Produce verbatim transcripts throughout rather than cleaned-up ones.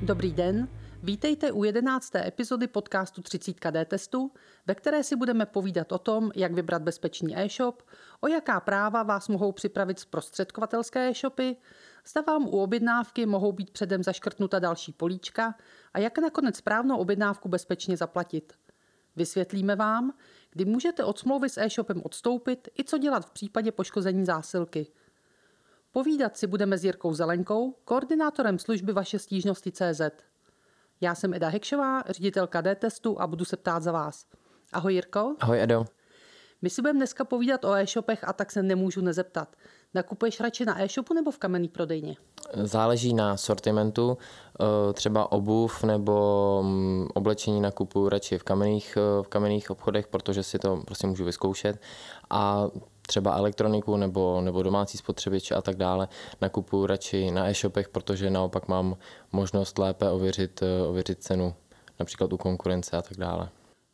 Dobrý den, vítejte u jedenácté epizody podcastu třicet D testu, ve které si budeme povídat o tom, jak vybrat bezpečný e-shop, o jaká práva vás mohou připravit zprostředkovatelské e-shopy, zda vám u objednávky mohou být předem zaškrtnuta další políčka a jak nakonec správnou objednávku bezpečně zaplatit. Vysvětlíme vám, kdy můžete od smlouvy s e-shopem odstoupit i co dělat v případě poškození zásilky. Povídat si budeme s Jirkou Zelenkou, koordinátorem služby Vaše stížnosti tečka cé zet. Já jsem Eda Hekšová, ředitelka D-testu a budu se ptát za vás. Ahoj Jirko. Ahoj Edo. My si budeme dneska povídat o e-shopech a tak se nemůžu nezeptat. Nakupuješ radši na e-shopu nebo v kamenné prodejně? Záleží na sortimentu, třeba obuv nebo oblečení nakupuju radši v kamenných, v kamenných obchodech, protože si to prostě můžu vyzkoušet, a třeba elektroniku nebo, nebo domácí spotřebiče a tak dále nakupuju radši na e-shopech, protože naopak mám možnost lépe ověřit, ověřit cenu, například u konkurence a tak dále.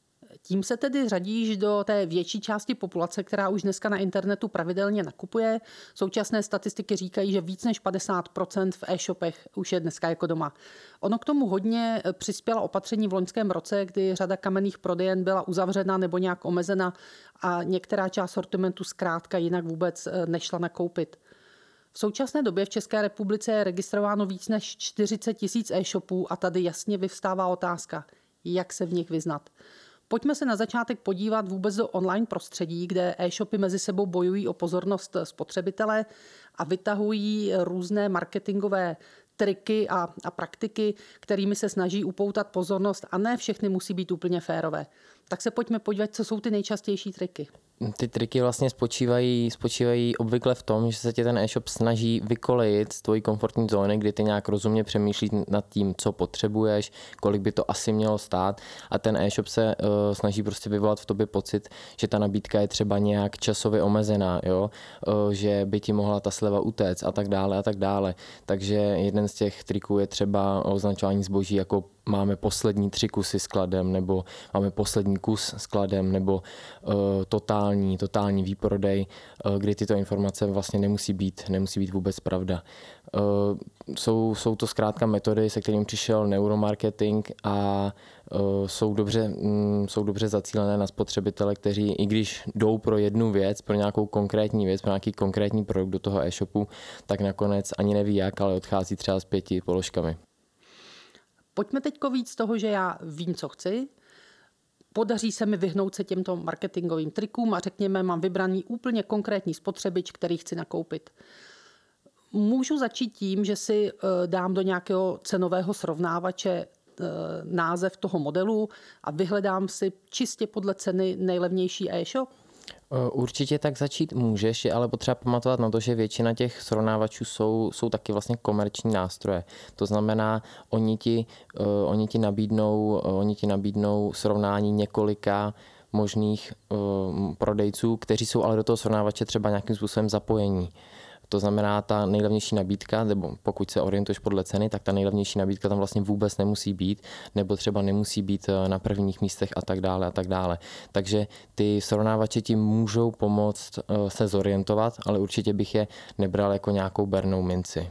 Tím se tedy řadíš do té větší části populace, která už dneska na internetu pravidelně nakupuje. Současné statistiky říkají, že víc než padesát procent v e-shopech už je dneska jako doma. Ono k tomu hodně přispěla opatření v loňském roce, kdy řada kamenných prodejen byla uzavřena nebo nějak omezena a některá část sortimentu zkrátka jinak vůbec nešla nakoupit. V současné době v České republice je registrováno víc než čtyřicet tisíc e-shopů a tady jasně vyvstává otázka, jak se v nich vyznat. Pojďme se na začátek podívat vůbec do online prostředí, kde e-shopy mezi sebou bojují o pozornost spotřebitele a vytahují různé marketingové triky a, a praktiky, kterými se snaží upoutat pozornost, a ne všechny musí být úplně férové. Tak se pojďme podívat, co jsou ty nejčastější triky. Ty triky vlastně spočívají, spočívají obvykle v tom, že se tě ten e-shop snaží vykolejit z tvojí komfortní zóny, kdy ty nějak rozumně přemýšlíš nad tím, co potřebuješ, kolik by to asi mělo stát, a ten e-shop se uh, snaží prostě vyvolat v tobě pocit, že ta nabídka je třeba nějak časově omezená, jo? Uh, že by ti mohla ta sleva utéct a tak dále a tak dále. Takže jeden z těch triků je třeba označování zboží jako máme poslední tři kusy skladem, nebo máme poslední kus skladem, nebo uh, totální, totální výprodej, uh, kdy tyto informace vlastně nemusí být, nemusí být vůbec pravda. Uh, jsou, jsou to zkrátka metody, se kterým přišel neuromarketing a uh, jsou, dobře, um, jsou dobře zacílené na spotřebitele, kteří i když jdou pro jednu věc, pro nějakou konkrétní věc, pro nějaký konkrétní produkt do toho e-shopu, tak nakonec ani neví jak, ale odchází třeba s pěti položkami. Pojďme teďko víc z toho, že já vím, co chci. Podaří se mi vyhnout se těmto marketingovým trikům a řekněme, mám vybraný úplně konkrétní spotřebič, který chci nakoupit. Můžu začít tím, že si dám do nějakého cenového srovnávače název toho modelu a vyhledám si čistě podle ceny nejlevnější e-shop? Určitě tak začít můžeš, je ale potřeba pamatovat na to, že většina těch srovnávačů jsou, jsou taky vlastně komerční nástroje. To znamená, oni ti, uh, oni ti, nabídnou, uh, oni ti nabídnou srovnání několika možných uh, prodejců, kteří jsou ale do toho srovnávače třeba nějakým způsobem zapojení. To znamená, ta nejlevnější nabídka, nebo pokud se orientuješ podle ceny, tak ta nejlevnější nabídka tam vlastně vůbec nemusí být, nebo třeba nemusí být na prvních místech a tak dále a tak dále. Takže ty srovnávače ti můžou pomoct se zorientovat, ale určitě bych je nebral jako nějakou bernou minci.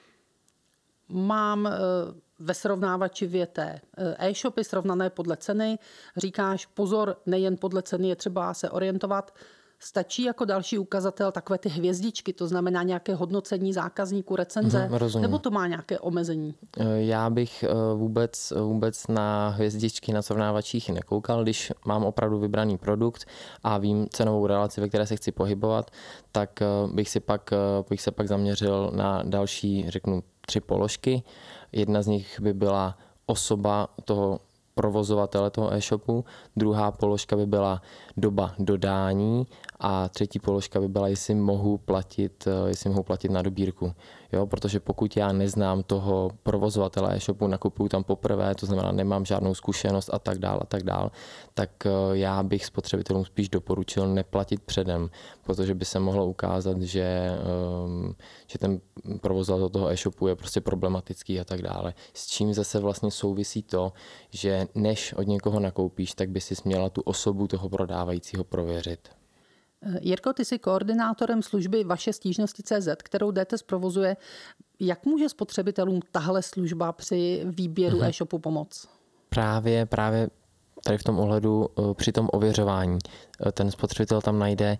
Mám ve srovnávači věté e-shopy srovnané podle ceny. Říkáš pozor, nejen podle ceny je třeba se orientovat. Stačí jako další ukazatel takové ty hvězdičky, to znamená nějaké hodnocení zákazníků, recenze, mm, nebo to má nějaké omezení? Já bych vůbec, vůbec na hvězdičky na srovnávačích nekoukal. Když mám opravdu vybraný produkt a vím cenovou relaci, ve které se chci pohybovat, tak bych, si pak, bych se pak zaměřil na další, řeknu, tři položky. Jedna z nich by byla osoba toho provozovatele toho e-shopu, druhá položka by byla doba dodání a třetí položka by byla, jestli mohu platit, jestli mohu platit na dobírku. Jo, protože pokud já neznám toho provozovatele e-shopu, nakupuju tam poprvé, to znamená nemám žádnou zkušenost a tak dál a tak dál, tak já bych spotřebitelům spíš doporučil neplatit předem, protože by se mohlo ukázat, že, že ten provozovatel toho e-shopu je prostě problematický a tak dále. S čím zase vlastně souvisí to, že než od někoho nakoupíš, tak by si měla tu osobu toho prodávajícího prověřit. Jirko, ty jsi koordinátorem služby Vaše stížnosti tečka cé zet, kterou D T E S provozuje. Jak může spotřebitelům tahle služba při výběru mhm. e-shopu pomoct? Právě, právě tady v tom ohledu při tom ověřování. Ten spotřebitel tam najde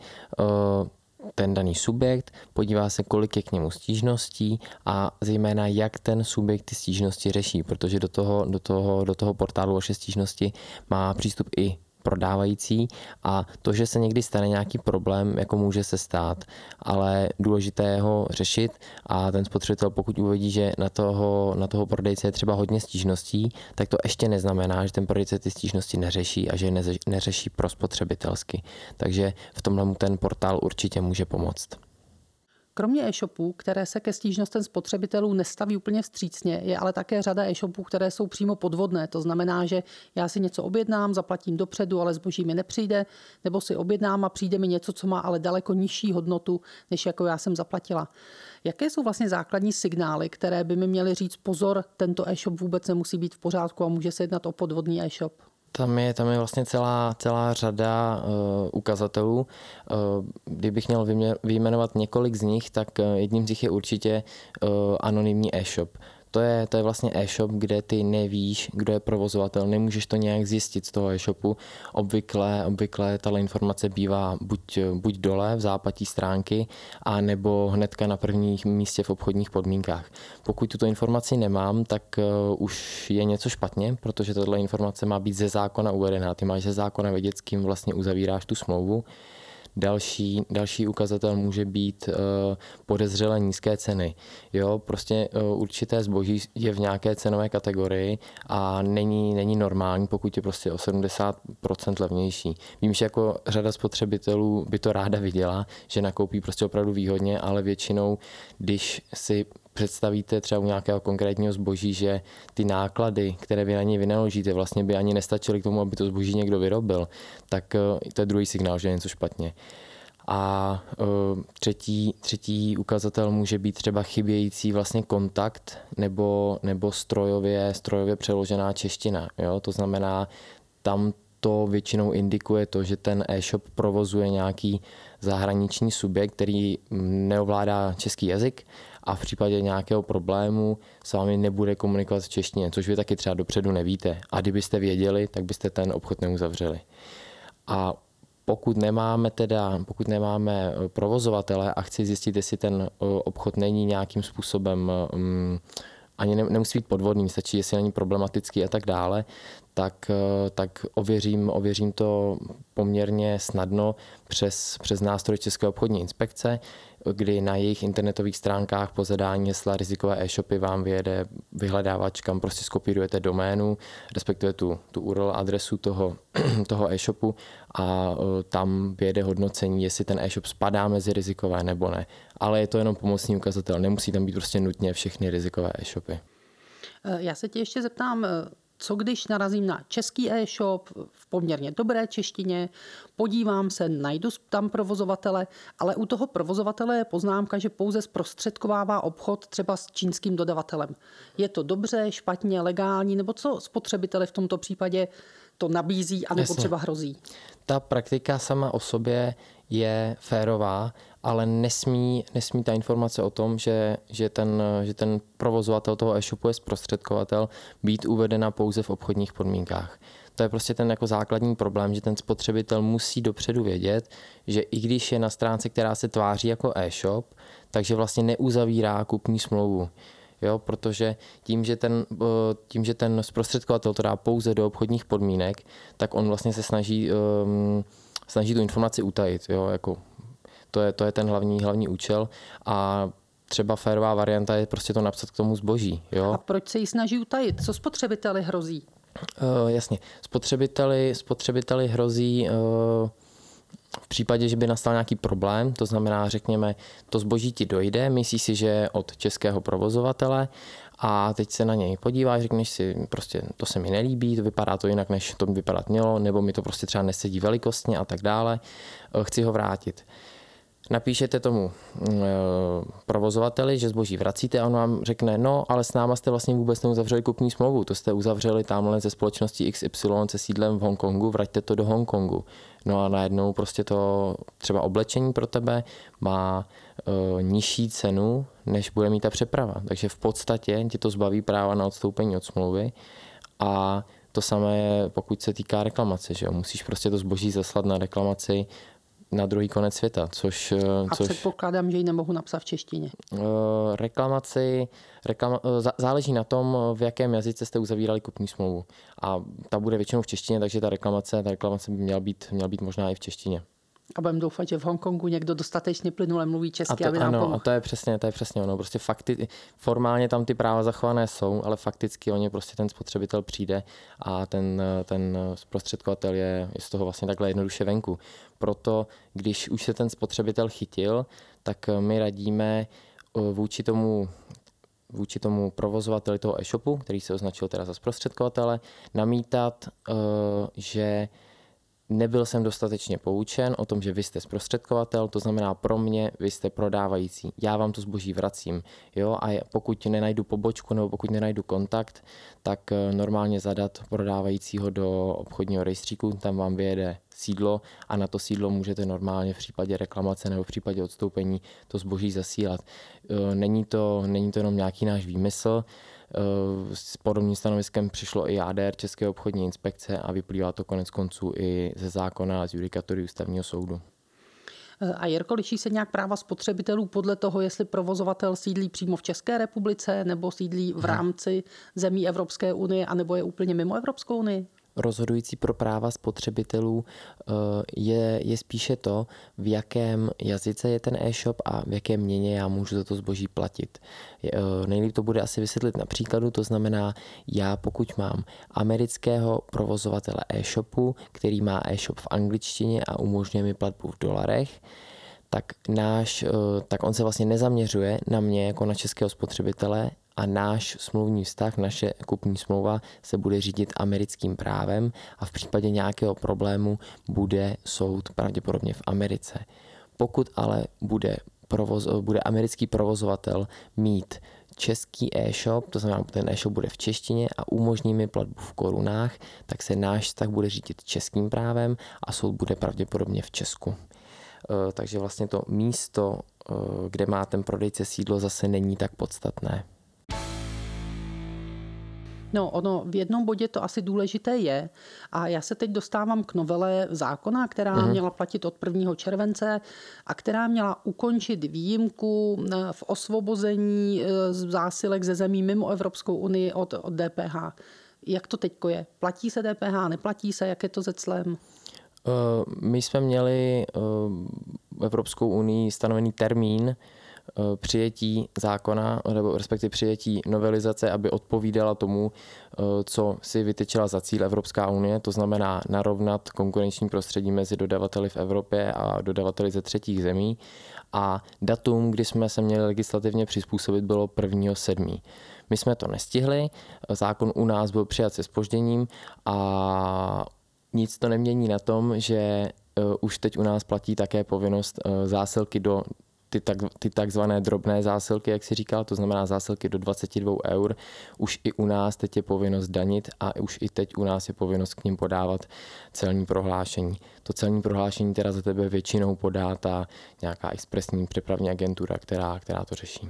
ten daný subjekt, podívá se, kolik je k němu stížností a zejména jak ten subjekt ty stížnosti řeší, protože do toho, do toho, do toho portálu Vaše stížnosti má přístup i prodávající a to, že se někdy stane nějaký problém, jako může se stát, ale důležité je ho řešit a ten spotřebitel, pokud uvidí, že na toho, na toho prodejce je třeba hodně stížností, tak to ještě neznamená, že ten prodejce ty stížnosti neřeší a že je neřeší pro spotřebitelsky. Takže v tomhle mu ten portál určitě může pomoct. Kromě e-shopů, které se ke stížnostem spotřebitelů nestaví úplně vstřícně, je ale také řada e-shopů, které jsou přímo podvodné. To znamená, že já si něco objednám, zaplatím dopředu, ale zboží mi nepřijde, nebo si objednám a přijde mi něco, co má ale daleko nižší hodnotu, než jako já jsem zaplatila. Jaké jsou vlastně základní signály, které by mi měly říct pozor, tento e-shop vůbec nemusí být v pořádku a může se jednat o podvodný e-shop? Tam je, tam je vlastně celá, celá řada uh, ukazatelů. Uh, kdybych měl vyjmenovat několik z nich, tak uh, jedním z nich je určitě uh, anonymní e-shop. To je, to je vlastně e-shop, kde ty nevíš, kdo je provozovatel, nemůžeš to nějak zjistit z toho e-shopu. Obvykle, obvykle tato informace bývá buď, buď dole v zápatí stránky, a nebo hnedka na prvním místě v obchodních podmínkách. Pokud tuto informaci nemám, tak uh, už je něco špatně, protože tato informace má být ze zákona uvedená. Ty máš ze zákona vědět, s kým vlastně uzavíráš tu smlouvu. Další, další ukazatel může být uh, podezřele nízké ceny. Jo, prostě uh, určité zboží je v nějaké cenové kategorii a není, není normální, pokud je prostě o sedmdesát procent levnější. Vím, že jako řada spotřebitelů by to ráda viděla, že nakoupí prostě opravdu výhodně, ale většinou, když si představíte třeba u nějakého konkrétního zboží, že ty náklady, které vy na něj vynaložíte, vlastně by ani nestačily k tomu, aby to zboží někdo vyrobil, tak to je druhý signál, že je něco špatně. A uh, třetí, třetí ukazatel může být třeba chybějící vlastně kontakt nebo, nebo strojově, strojově přeložená čeština. Jo? To znamená, tam to většinou indikuje to, že ten e-shop provozuje nějaký zahraniční subjekt, který neovládá český jazyk a v případě nějakého problému s vámi nebude komunikovat v češtině, což vy taky třeba dopředu nevíte. A kdybyste věděli, tak byste ten obchod neuzavřeli. A pokud nemáme teda, pokud nemáme provozovatele a chci zjistit, jestli ten obchod není nějakým způsobem um, ani nemusí být podvodný, stačí, jestli není problematický a tak dále, tak, tak ověřím, ověřím to poměrně snadno přes, přes nástroj České obchodní inspekce, kdy na jejich internetových stránkách po zadání hesla rizikové e-shopy vám vyjede vyhledávač, kam prostě skopírujete doménu, respektive tu, tu U R L adresu toho, toho e-shopu a tam vyjede hodnocení, jestli ten e-shop spadá mezi rizikové nebo ne. Ale je to jenom pomocný ukazatel, nemusí tam být prostě nutně všechny rizikové e-shopy. Já se tě ještě zeptám, co když narazím na český e-shop v poměrně dobré češtině, podívám se, najdu tam provozovatele, ale u toho provozovatele je poznámka, že pouze zprostředkovává obchod třeba s čínským dodavatelem. Je to dobře, špatně, legální, nebo co spotřebiteli v tomto případě to nabízí, anebo Jasně. třeba hrozí? Ta praktika sama o sobě je férová, ale nesmí, nesmí ta informace o tom, že, že, ten, že ten provozovatel toho e-shopu je zprostředkovatel, být uvedena pouze v obchodních podmínkách. To je prostě ten jako základní problém, že ten spotřebitel musí dopředu vědět, že i když je na stránce, která se tváří jako e-shop, takže vlastně neuzavírá kupní smlouvu. Jo, protože tím že, ten, tím, že ten zprostředkovatel to dá pouze do obchodních podmínek, tak on vlastně se snaží, um, snaží tu informaci utajit. Jo, jako to, je, to je ten hlavní, hlavní účel a třeba férová varianta je prostě to napsat k tomu zboží. Jo. A proč se ji snaží utajit? Co spotřebiteli hrozí? Uh, jasně, spotřebiteli, spotřebiteli hrozí... Uh, V případě, že by nastal nějaký problém, to znamená, řekněme, to zboží ti dojde, myslíš si, že je od českého provozovatele a teď se na něj podíváš, řekneš si, prostě to se mi nelíbí, to vypadá to jinak, než to vypadat mělo, nebo mi to prostě třeba nesedí velikostně a tak dále, chci ho vrátit. Napíšete tomu e, provozovateli, že zboží vracíte a on vám řekne, no ale s náma jste vlastně vůbec neuzavřeli kupní smlouvu, to jste uzavřeli tamhle ze společnosti X Y se sídlem v Hongkongu, vraťte to do Hongkongu. No a najednou prostě to třeba oblečení pro tebe má e, nižší cenu, než bude mít ta přeprava. Takže v podstatě ti to zbaví práva na odstoupení od smlouvy a to samé je, pokud se týká reklamace, že jo? Musíš prostě to zboží zaslat na reklamaci na druhý konec světa, což... A což předpokládám, že ji nemohu napsat v češtině. Reklamaci, reklama, záleží na tom, v jakém jazyce jste uzavírali kupní smlouvu. A ta bude většinou v češtině, takže ta reklamace, ta reklamace by měla být, měla být možná i v češtině. A budeme doufat, že v Hongkongu někdo dostatečně plynule mluví česky, a to, aby nám ano, pomohl. A to je přesně, to je přesně ono. Prostě fakti, formálně tam ty práva zachované jsou, ale fakticky oni prostě ten spotřebitel přijde a ten, ten zprostředkovatel je, je z toho vlastně takhle jednoduše venku. Proto, když už se ten spotřebitel chytil, tak my radíme vůči tomu vůči tomu provozovateli toho e-shopu, který se označil teda za zprostředkovatele, namítat, že nebyl jsem dostatečně poučen o tom, že vy jste zprostředkovatel, to znamená pro mě, vy jste prodávající. Já vám to zboží vracím. Jo? A pokud nenajdu pobočku nebo pokud nenajdu kontakt, tak normálně zadat prodávajícího do obchodního rejstříku, tam vám vyjede sídlo a na to sídlo můžete normálně v případě reklamace nebo v případě odstoupení to zboží zasílat. Není to, není to jenom nějaký náš výmysl. S podobným stanoviskem přišlo i A D R České obchodní inspekce a vyplývá to konec konců i ze zákona z judikatury Ústavního soudu. A Jirko, liší se nějak práva spotřebitelů podle toho, jestli provozovatel sídlí přímo v České republice nebo sídlí v rámci zemí Evropské unie anebo je úplně mimo Evropskou unii? Rozhodující pro práva spotřebitelů je, je spíše to, v jakém jazyce je ten e-shop a v jaké měně já můžu za to zboží platit. Nejlíp to bude asi vysvětlit na příkladu, to znamená, já pokud mám amerického provozovatele e-shopu, který má e-shop v angličtině a umožňuje mi platbu v dolarech, tak, náš, tak on se vlastně nezaměřuje na mě jako na českého spotřebitele a náš smluvní vztah, naše kupní smlouva se bude řídit americkým právem a v případě nějakého problému bude soud pravděpodobně v Americe. Pokud ale bude, provoz, bude americký provozovatel mít český e-shop, to znamená, ten e-shop bude v češtině a umožní mi platbu v korunách, tak se náš vztah bude řídit českým právem a soud bude pravděpodobně v Česku. Takže vlastně to místo, kde má ten prodejce sídlo, zase není tak podstatné. No, ono v jednom bodě to asi důležité je a já se teď dostávám k novele zákona, která mm. měla platit od prvního července a která měla ukončit výjimku v osvobození zásilek ze zemí mimo Evropskou unii od, od D P H. Jak to teďko je? Platí se D P H, neplatí se? Jak je to se clem? My jsme měli Evropskou unii stanovený termín přijetí zákona, nebo respektive přijetí novelizace, aby odpovídala tomu, co si vytyčila za cíl Evropská unie, to znamená narovnat konkurenční prostředí mezi dodavateli v Evropě a dodavateli ze třetích zemí. A datum, kdy jsme se měli legislativně přizpůsobit, bylo prvního sedmého My jsme to nestihli, zákon u nás byl přijat se zpožděním a nic to nemění na tom, že už teď u nás platí také povinnost zásilky do ty, tak, ty takzvané drobné zásilky, jak si říkal, to znamená zásilky do dvacet dva eur. Už i u nás teď je povinnost danit a už i teď u nás je povinnost k nim podávat celní prohlášení. To celní prohlášení teda za tebe většinou podá ta nějaká expresní přepravní agentura, která, která to řeší.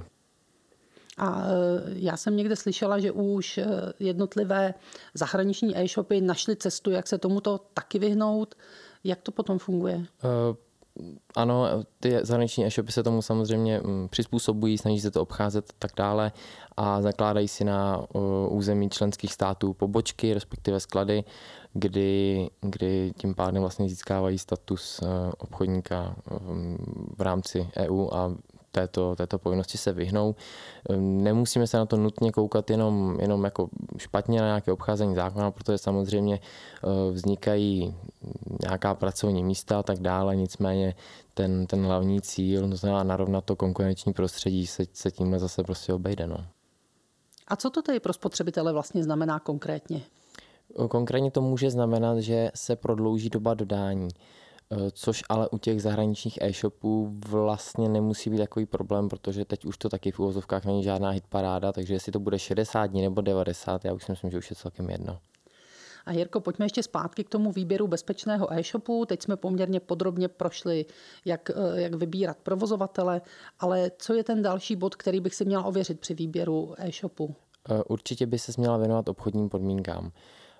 A já jsem někde slyšela, že už jednotlivé zahraniční e-shopy našly cestu, jak se tomuto taky vyhnout. Jak to potom funguje? Uh, ano, ty zahraniční e-shopy se tomu samozřejmě přizpůsobují, snaží se to obcházet a tak dále a zakládají si na uh, území členských států pobočky, respektive sklady, kdy, kdy tím pádem vlastně získávají status uh, obchodníka um, v rámci E U a Této, této povinnosti se vyhnou. Nemusíme se na to nutně koukat jenom, jenom jako špatně na nějaké obcházení zákona, protože samozřejmě vznikají nějaká pracovní místa a tak dále, nicméně ten, ten hlavní cíl, to znamená narovnat to konkurenční prostředí, se, se tímhle zase prostě obejde. No. A co to tedy pro spotřebitele vlastně znamená konkrétně? Konkrétně to může znamenat, že se prodlouží doba dodání. Což ale u těch zahraničních e-shopů vlastně nemusí být takový problém, protože teď už to taky v uvozovkách není žádná hitparáda, takže jestli to bude šedesát dní nebo devadesát, já už si myslím, že už je celkem jedno. A Jirko, pojďme ještě zpátky k tomu výběru bezpečného e-shopu. Teď jsme poměrně podrobně prošli, jak, jak vybírat provozovatele, ale co je ten další bod, který bych si měla ověřit při výběru e-shopu? Určitě by se měla věnovat obchodním podmínkám.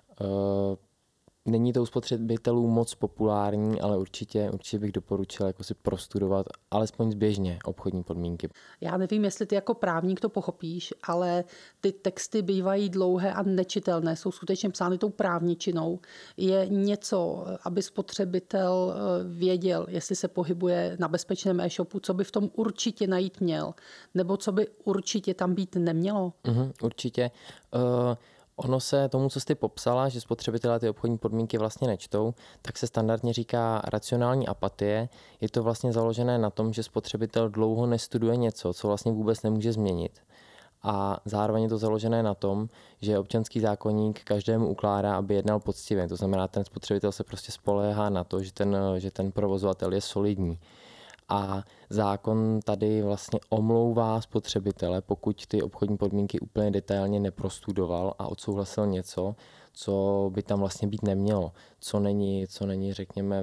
Není to u spotřebitelů moc populární, ale určitě, určitě bych doporučil jako si prostudovat alespoň zběžně obchodní podmínky. Já nevím, jestli ty jako právník to pochopíš, ale ty texty bývají dlouhé a nečitelné, jsou skutečně psány tou právničinou. Je něco, aby spotřebitel věděl, jestli se pohybuje na bezpečném e-shopu, co by v tom určitě najít měl, nebo co by určitě tam být nemělo? Mhm, určitě. Uh... Ono se tomu, co jsi popsala, že spotřebitelé ty obchodní podmínky vlastně nečtou, tak se standardně říká racionální apatie. Je to vlastně založené na tom, že spotřebitel dlouho nestuduje něco, co vlastně vůbec nemůže změnit. A zároveň je to založené na tom, že občanský zákoník každému ukládá, aby jednal poctivě. To znamená, ten spotřebitel se prostě spoléhá na to, že ten, že ten provozovatel je solidní. A zákon tady vlastně omlouvá spotřebitele, pokud ty obchodní podmínky úplně detailně neprostudoval a odsouhlasil něco, co by tam vlastně být nemělo, co není, co není řekněme,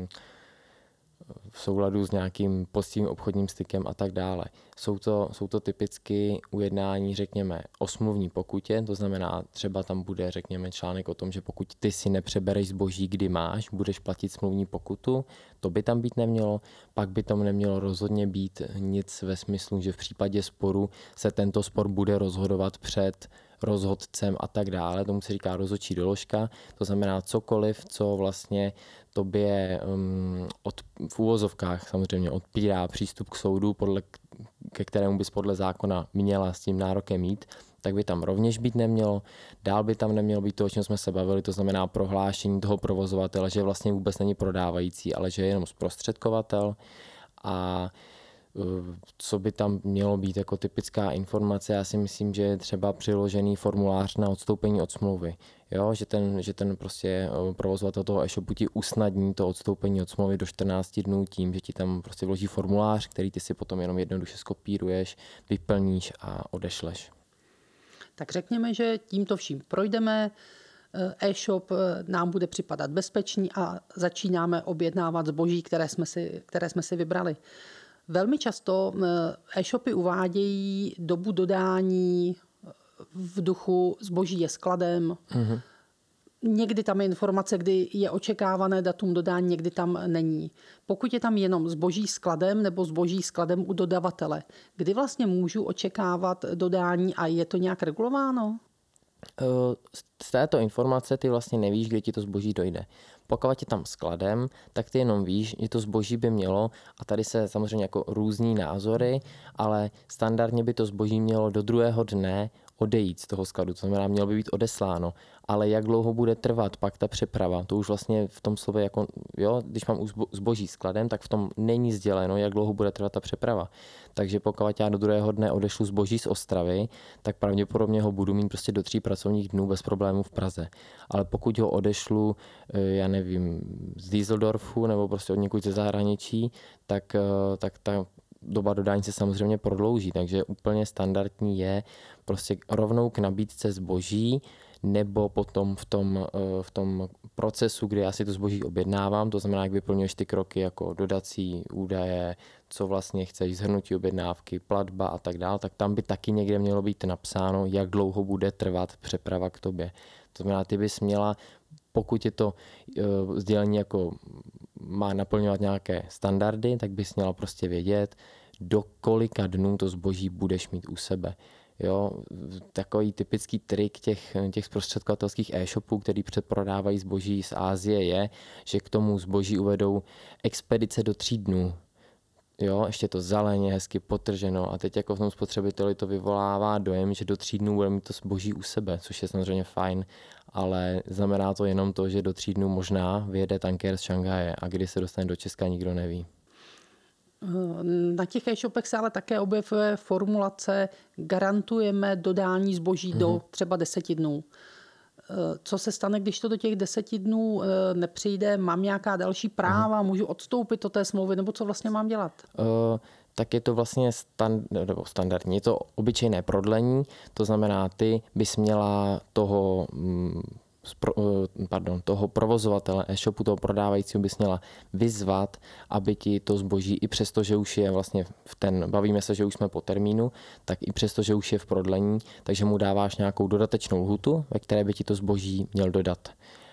v souladu s nějakým poctivým obchodním stykem a tak dále. Jsou to, jsou to typicky ujednání, řekněme, o smluvní pokutě, to znamená, třeba tam bude, řekněme, článek o tom, že pokud ty si nepřebereš zboží, kdy máš, budeš platit smluvní pokutu, to by tam být nemělo, pak by tam nemělo rozhodně být nic ve smyslu, že v případě sporu se tento spor bude rozhodovat před rozhodcem a tak dále, tomu se říká rozhodčí doložka, to znamená cokoliv, co vlastně tobě um, od, v úvozovkách samozřejmě odpírá přístup k soudu, podle, ke kterému bys podle zákona měla s tím nárokem mít, tak by tam rovněž být nemělo. Dál by tam nemělo být to, o čem jsme se bavili, to znamená prohlášení toho provozovatele, že vlastně vůbec není prodávající, ale že je jenom zprostředkovatel. A co by tam mělo být jako typická informace, já si myslím, že je třeba přiložený formulář na odstoupení od smlouvy. Jo, že ten, že ten prostě provozovatel toho e-shopu ti usnadní to odstoupení od smlouvy do čtrnácti dnů tím, že ti tam prostě vloží formulář, který ty si potom jenom jednoduše skopíruješ, vyplníš a odešleš. Tak řekněme, že tímto vším projdeme, e-shop nám bude připadat bezpečný a začínáme objednávat zboží, které jsme si, které jsme si vybrali. Velmi často e-shopy uvádějí dobu dodání v duchu zboží je skladem. Mm-hmm. Někdy tam je informace, kdy je očekávané datum dodání, někdy tam není. Pokud je tam jenom zboží skladem nebo zboží skladem u dodavatele, kdy vlastně můžu očekávat dodání a je to nějak regulováno? Z této informace ty vlastně nevíš, kdy ti to zboží dojde. Pokud je tam skladem, tak ty jenom víš, že to zboží by mělo, a tady se samozřejmě jako různí názory, ale standardně by to zboží mělo do druhého dne odejít z toho skladu, to znamená, mělo by být odesláno. Ale jak dlouho bude trvat pak ta přeprava, to už vlastně v tom slově, jako, jo, když mám zboží skladem, tak v tom není sděleno, jak dlouho bude trvat ta přeprava. Takže pokud já do druhého dne odešlu zboží z Ostravy, tak pravděpodobně ho budu mít prostě do tří pracovních dnů bez problémů v Praze. Ale pokud ho odešlu, já nevím, z Düsseldorfu nebo prostě od někud ze zahraničí, tak, tak ta doba dodání se samozřejmě prodlouží, takže úplně standardní je prostě rovnou k nabídce zboží nebo potom v tom, v tom procesu, kdy já si to zboží objednávám, to znamená, jak vyplňuješ ty kroky jako dodací údaje, co vlastně chceš, shrnutí objednávky, platba a tak dále, tak tam by taky někde mělo být napsáno, jak dlouho bude trvat přeprava k tobě. To znamená, ty bys měla, pokud je to uh, sdělení jako má naplňovat nějaké standardy, tak bys měla prostě vědět, do kolika dnů to zboží budeš mít u sebe. Jo, takový typický trik těch, těch zprostředkovatelských e-shopů, který předprodávají zboží z Asie, je, že k tomu zboží uvedou expedice do tří dnů. Jo, ještě to zeleně, hezky potrženo a teď jako v tom spotřebiteli to vyvolává dojem, že do tří dnů bude mít to zboží u sebe, což je samozřejmě fajn, ale znamená to jenom to, že do tří dnů možná vyjede tankér z Šanghaje a kdy se dostane do Česka, nikdo neví. Na těch e-shopech se ale také objevuje formulace garantujeme dodání zboží mm-hmm. do třeba deseti dnů. Co se stane, když to do těch deseti dnů nepřijde? Mám nějaká další práva? Můžu odstoupit od té smlouvy? Nebo co vlastně mám dělat? Uh, tak je to vlastně stand, nebo standardní. Je to obyčejné prodlení, to znamená, ty bys měla toho... Mm, pardon, toho provozovatele e-shopu, toho prodávajícího bys měla vyzvat, aby ti to zboží, i přesto, že už je vlastně v ten, bavíme se, že už jsme po termínu, tak i přesto, že už je v prodlení, takže mu dáváš nějakou dodatečnou lhůtu, ve které by ti to zboží měl dodat.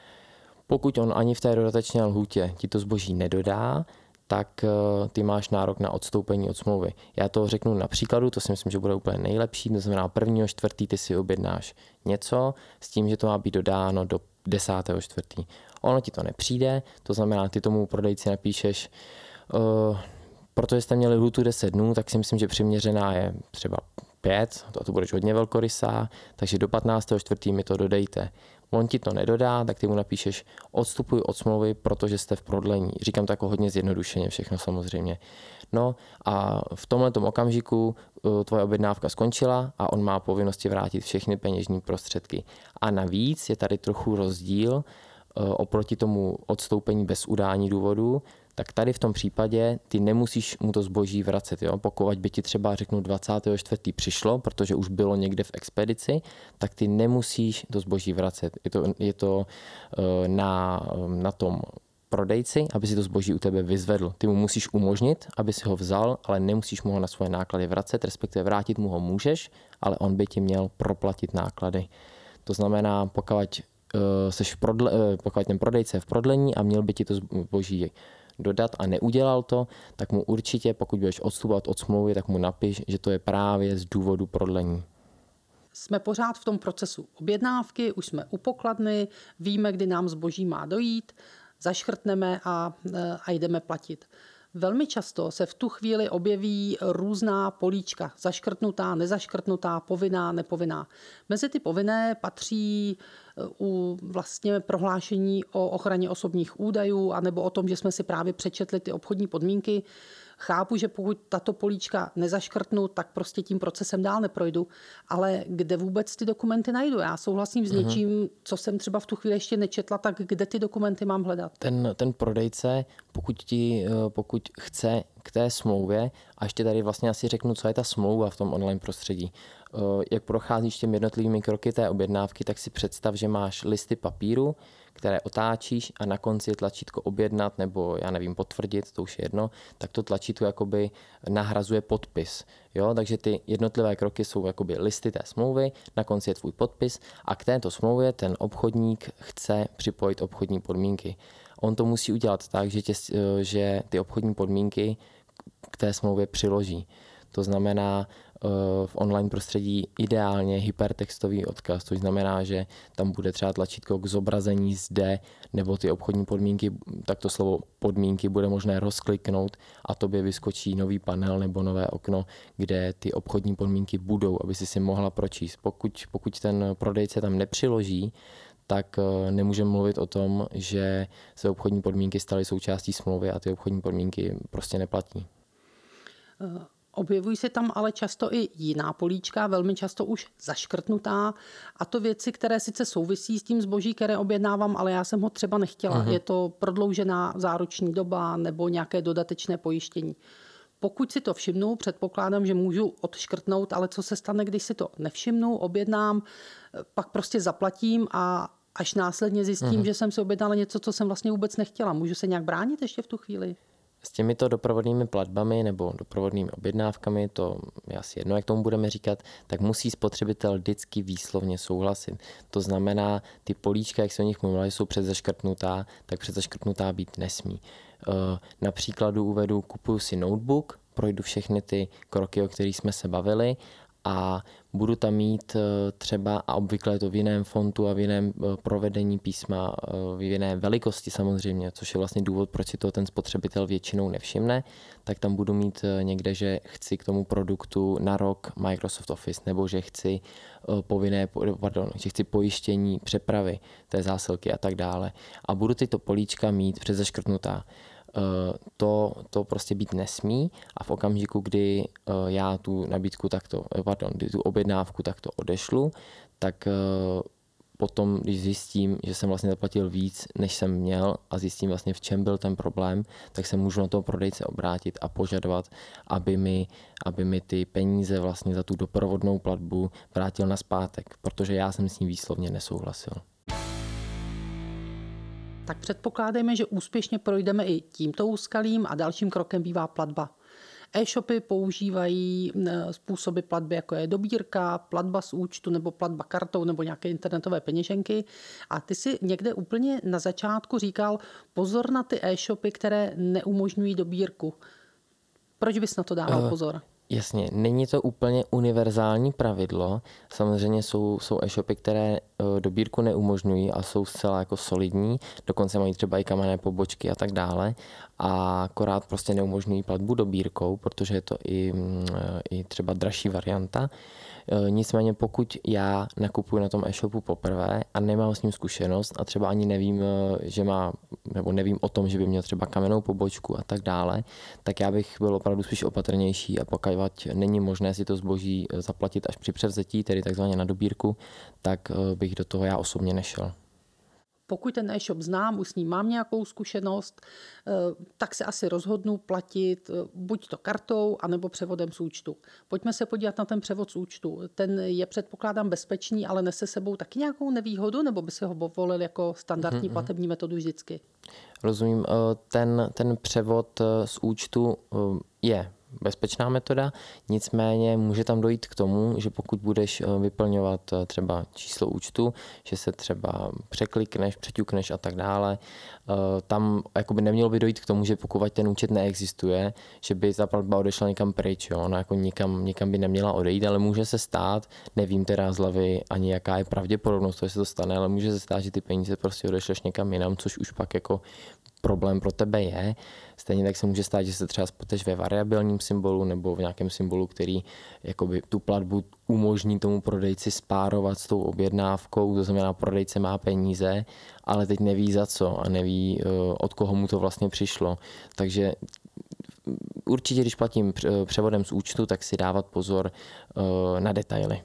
Pokud on ani v té dodatečné lhůtě ti to zboží nedodá, tak ty máš nárok na odstoupení od smlouvy. Já to řeknu na příkladu, to si myslím, že bude úplně nejlepší, to znamená prvního čtvrtý ty si objednáš něco s tím, že to má být dodáno do desátého čtvrtý. Ono ti to nepřijde, to znamená, ty tomu prodejci napíšeš, uh, protože jste měli lhůtu deset dnů, tak si myslím, že přiměřená je třeba pět, to, to budeš hodně velkorysá, takže do patnáctého čtvrtý mi to dodejte. On ti to nedodá, tak ty mu napíšeš odstupuj od smlouvy, protože jste v prodlení. Říkám to jako hodně zjednodušeně všechno samozřejmě. No a v tomhletom okamžiku tvoje objednávka skončila a on má povinnosti vrátit všechny peněžní prostředky. A navíc je tady trochu rozdíl oproti tomu odstoupení bez udání důvodu, tak tady v tom případě ty nemusíš mu to zboží vracet. Jo? Pokud by ti třeba řeknu dvacátého čtvrtého přišlo, protože už bylo někde v expedici, tak ty nemusíš to zboží vracet. Je to, je to na, na tom prodejci, aby si to zboží u tebe vyzvedl. Ty mu musíš umožnit, aby si ho vzal, ale nemusíš mu ho na svoje náklady vracet, respektive vrátit mu ho můžeš, ale on by ti měl proplatit náklady. To znamená, pokud, seš v prodle, pokud ten prodejce je v prodlení a měl by ti to zboží dodat a neudělal to, tak mu určitě, pokud budeš odstupovat od smlouvy, tak mu napiš, že to je právě z důvodu prodlení. Jsme pořád v tom procesu objednávky, už jsme u pokladny, víme, kdy nám zboží má dojít, zaškrtneme a, a jdeme platit. Velmi často se v tu chvíli objeví různá políčka, zaškrtnutá, nezaškrtnutá, povinná, nepovinná. Mezi ty povinné patří u vlastně prohlášení o ochraně osobních údajů anebo o tom, že jsme si právě přečetli ty obchodní podmínky. Chápu, že pokud tato políčka nezaškrtnu, tak prostě tím procesem dál neprojdu, ale kde vůbec ty dokumenty najdu? Já souhlasím s něčím, co jsem třeba v tu chvíli ještě nečetla, tak kde ty dokumenty mám hledat? Ten, ten prodejce, pokud, ti, pokud chce k té smlouvě, a ještě tady vlastně asi řeknu, co je ta smlouva v tom online prostředí. Jak procházíš těmi jednotlivými kroky té objednávky, tak si představ, že máš listy papíru, které otáčíš a na konci je tlačítko objednat nebo já nevím, potvrdit, to už je jedno, tak to tlačítko jakoby nahrazuje podpis. Jo? Takže ty jednotlivé kroky jsou jakoby listy té smlouvy, na konci je tvůj podpis a k této smlouvě ten obchodník chce připojit obchodní podmínky. On to musí udělat tak, že, tě, že ty obchodní podmínky k té smlouvě přiloží. To znamená v online prostředí ideálně hypertextový odkaz, což znamená, že tam bude třeba tlačítko k zobrazení zde, nebo ty obchodní podmínky, tak to slovo podmínky bude možné rozkliknout a tobě vyskočí nový panel nebo nové okno, kde ty obchodní podmínky budou, aby si si mohla pročíst. Pokud, pokud ten prodejce tam nepřiloží, tak nemůžeme mluvit o tom, že se obchodní podmínky staly součástí smlouvy a ty obchodní podmínky prostě neplatí. Uh. Objevují se tam ale často i jiná políčka, velmi často už zaškrtnutá, a to věci, které sice souvisí s tím zboží, které objednávám, ale já jsem ho třeba nechtěla. Uh-huh. Je to prodloužená záruční doba nebo nějaké dodatečné pojištění. Pokud si to všimnu, předpokládám, že můžu odškrtnout, ale co se stane, když si to nevšimnu, objednám, pak prostě zaplatím a až následně zjistím, uh-huh. že jsem si objednala něco, co jsem vlastně vůbec nechtěla. Můžu se nějak bránit ještě v tu chvíli? S těmito doprovodnými platbami nebo doprovodnými objednávkami, to je asi jedno, jak tomu budeme říkat, tak musí spotřebitel vždycky výslovně souhlasit. To znamená, ty políčka, jak se o nich mluvila, jsou předzaškrtnutá, tak předzaškrtnutá být nesmí. Na příkladu uvedu, kupuju si notebook, projdu všechny ty kroky, o kterých jsme se bavili, a budu tam mít třeba, a obvykle je to v jiném fontu a v jiném provedení písma, v jiné velikosti samozřejmě, což je vlastně důvod, proč si to ten spotřebitel většinou nevšimne, tak tam budu mít někde, že chci k tomu produktu na rok Microsoft Office, nebo že chci povinné, pardon, že chci pojištění přepravy té zásilky a tak dále. A budu tyto políčka mít předzaškrtnutá. To, to prostě být nesmí a v okamžiku, kdy já tu nabídku takto, pardon, kdy tu objednávku takto odešlu, tak potom, když zjistím, že jsem vlastně zaplatil víc, než jsem měl a zjistím vlastně, v čem byl ten problém, tak se můžu na toho prodejce obrátit a požadovat, aby mi, aby mi ty peníze vlastně za tu doprovodnou platbu vrátil nazpátek, protože já jsem s ním výslovně nesouhlasil. Tak předpokládejme, že úspěšně projdeme i tímto úskalím a dalším krokem bývá platba. E-shopy používají způsoby platby, jako je dobírka, platba z účtu nebo platba kartou nebo nějaké internetové peněženky. A ty si někde úplně na začátku říkal, pozor na ty e-shopy, které neumožňují dobírku. Proč bys na to dával pozor? Uh. Jasně, není to úplně univerzální pravidlo. Samozřejmě jsou, jsou e-shopy, které dobírku neumožňují a jsou zcela jako solidní, dokonce mají třeba i kamenné pobočky a tak dále. A akorát prostě neumožňují platbu dobírkou, protože je to i, i třeba dražší varianta. Nicméně pokud já nakupuji na tom e-shopu poprvé a nemám s ním zkušenost a třeba ani nevím, že má, nebo nevím o tom, že by měl třeba kamennou pobočku a tak dále, tak já bych byl opravdu spíš opatrnější a pokud není možné si to zboží zaplatit až při převzetí, tedy takzvaně na dobírku, tak bych do toho já osobně nešel. Pokud ten e-shop znám, už s ním mám nějakou zkušenost, tak se asi rozhodnu platit buď to kartou, anebo převodem z účtu. Pojďme se podívat na ten převod z účtu. Ten je, předpokládám, bezpečný, ale nese sebou taky nějakou nevýhodu, nebo by si ho volil jako standardní mm-hmm. platební metodu vždycky? Rozumím. Ten, ten převod z účtu je bezpečná metoda, nicméně může tam dojít k tomu, že pokud budeš vyplňovat třeba číslo účtu, že se třeba překlikneš, přeťukneš a tak dále, tam jakoby nemělo by dojít k tomu, že pokud ten účet neexistuje, že by ta platba odešla někam pryč, jo? Ona jako nikam, nikam by neměla odejít, ale může se stát, nevím teda z hlavy ani jaká je pravděpodobnost, že se to stane, ale může se stát, že ty peníze prostě odešleš někam jinam, což už pak jako problém pro tebe je. Stejně tak se může stát, že se třeba spoteš ve variabilním symbolu nebo v nějakém symbolu, který jakoby tu platbu umožní tomu prodejci spárovat s tou objednávkou, to znamená, prodejce má peníze, ale teď neví za co a neví, od koho mu to vlastně přišlo. Takže určitě, když platím převodem z účtu, tak si dávat pozor na detaily.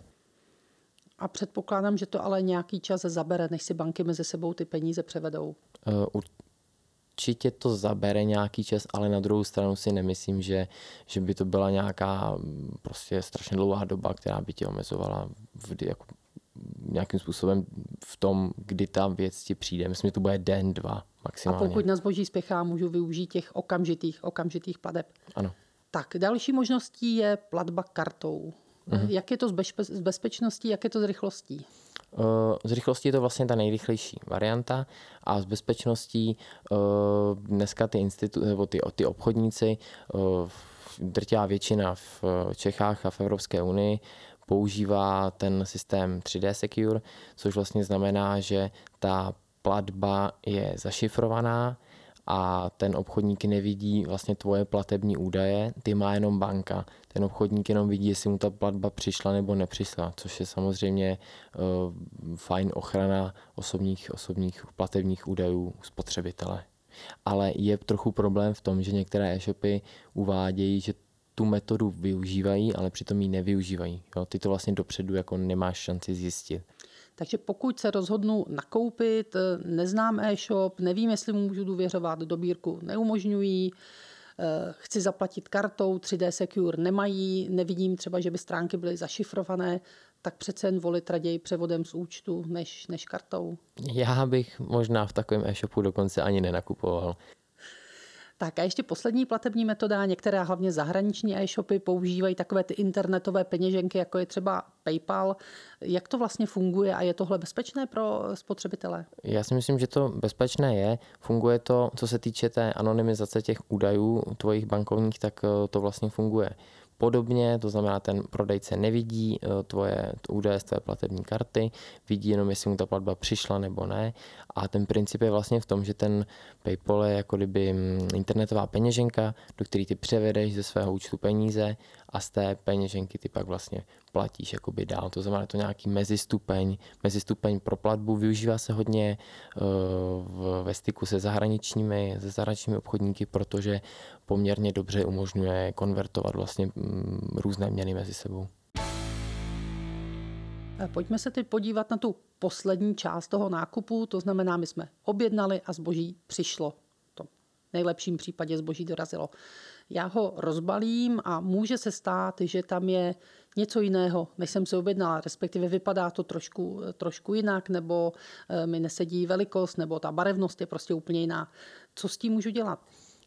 A předpokládám, že to ale nějaký čas zabere, než si banky mezi sebou ty peníze převedou. Uh, Určitě to zabere nějaký čas, ale na druhou stranu si nemyslím, že, že by to byla nějaká prostě strašně dlouhá doba, která by tě omezovala v, jako, nějakým způsobem v tom, kdy ta věc ti přijde. Myslím, že to bude den, dva maximálně. A pokud na zboží spěchá, můžu využít těch okamžitých, okamžitých plateb. Ano. Tak další možností je platba kartou. Mhm. Jak je to s, bezpe- s bezpečností, jak je to s rychlostí? Z rychlostí je to vlastně ta nejrychlejší varianta a z bezpečností dneska ty instituty nebo ty, ty obchodníci, drtivá většina v Čechách a v Evropské unii používá ten systém tři dé Secure, což vlastně znamená, že ta platba je zašifrovaná a ten obchodník nevidí vlastně tvoje platební údaje, ty má jenom banka. Ten obchodník jenom vidí, jestli mu ta platba přišla nebo nepřišla, což je samozřejmě uh, fajn ochrana osobních, osobních platebních údajů spotřebitele. Ale je trochu problém v tom, že některé e-shopy uvádějí, že tu metodu využívají, ale přitom ji nevyužívají. Jo? Ty to vlastně dopředu jako nemáš šanci zjistit. Takže pokud se rozhodnu nakoupit, neznám e-shop, nevím, jestli mu můžu důvěřovat, dobírku neumožňují, chci zaplatit kartou, tři dé Secure nemají, nevidím třeba, že by stránky byly zašifrované, tak přece jen volit raději převodem z účtu než, než kartou. Já bych možná v takovém e-shopu dokonce ani nenakupoval. Tak a ještě poslední platební metoda, některé hlavně zahraniční e-shopy používají takové ty internetové peněženky, jako je třeba PayPal. Jak to vlastně funguje a je tohle bezpečné pro spotřebitele? Já si myslím, že to bezpečné je. Funguje to, co se týče té anonymizace těch údajů tvojich bankovních, tak to vlastně funguje podobně, to znamená, ten prodejce nevidí tvoje údaje z tvé platební karty, vidí jenom, jestli mu ta platba přišla nebo ne. A ten princip je vlastně v tom, že ten PayPal je jako kdyby internetová peněženka, do které ty převedeš ze svého účtu peníze a z té peněženky ty pak vlastně platíš jakoby dál. To znamená, to nějaký mezistupeň, mezistupeň pro platbu. Využívá se hodně uh, ve styku se zahraničními, se zahraničními obchodníky, protože poměrně dobře umožňuje konvertovat vlastně um, různé měny mezi sebou. Pojďme se teď podívat na tu poslední část toho nákupu, to znamená, my jsme objednali a zboží přišlo. To v nejlepším případě zboží dorazilo. Já ho rozbalím a může se stát, že tam je něco jiného, než jsem si objednala, respektive vypadá to trošku, trošku jinak, nebo mi nesedí velikost, nebo ta barevnost je prostě úplně jiná. Co s tím můžu dělat?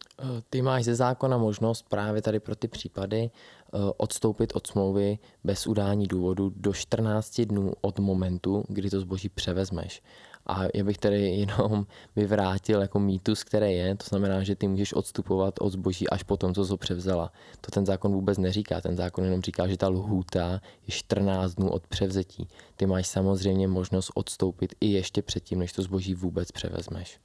Ty máš ze zákona možnost právě tady pro ty případy odstoupit od smlouvy bez udání důvodu do čtrnáct dnů od momentu, kdy to zboží převezmeš. A já bych tady jenom vyvrátil jako mýtus, který je, to znamená, že ty můžeš odstupovat od zboží až po tom, co jsi ho převzala. To ten zákon vůbec neříká, ten zákon jenom říká, že ta lhůta je čtrnáct dnů od převzetí. Ty máš samozřejmě možnost odstoupit i ještě předtím, než to zboží vůbec převezmeš.